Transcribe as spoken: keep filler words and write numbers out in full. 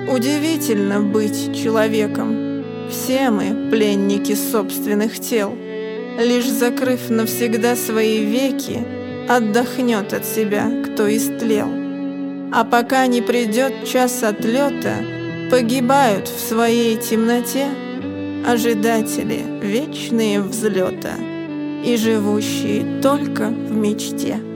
Удивительно быть человеком. Все мы пленники собственных тел. Лишь закрыв навсегда свои веки, отдохнет от себя, кто истлел. А пока не придет час отлета, погибают в своей темноте ожидатели вечные взлета и живущие только в мечте.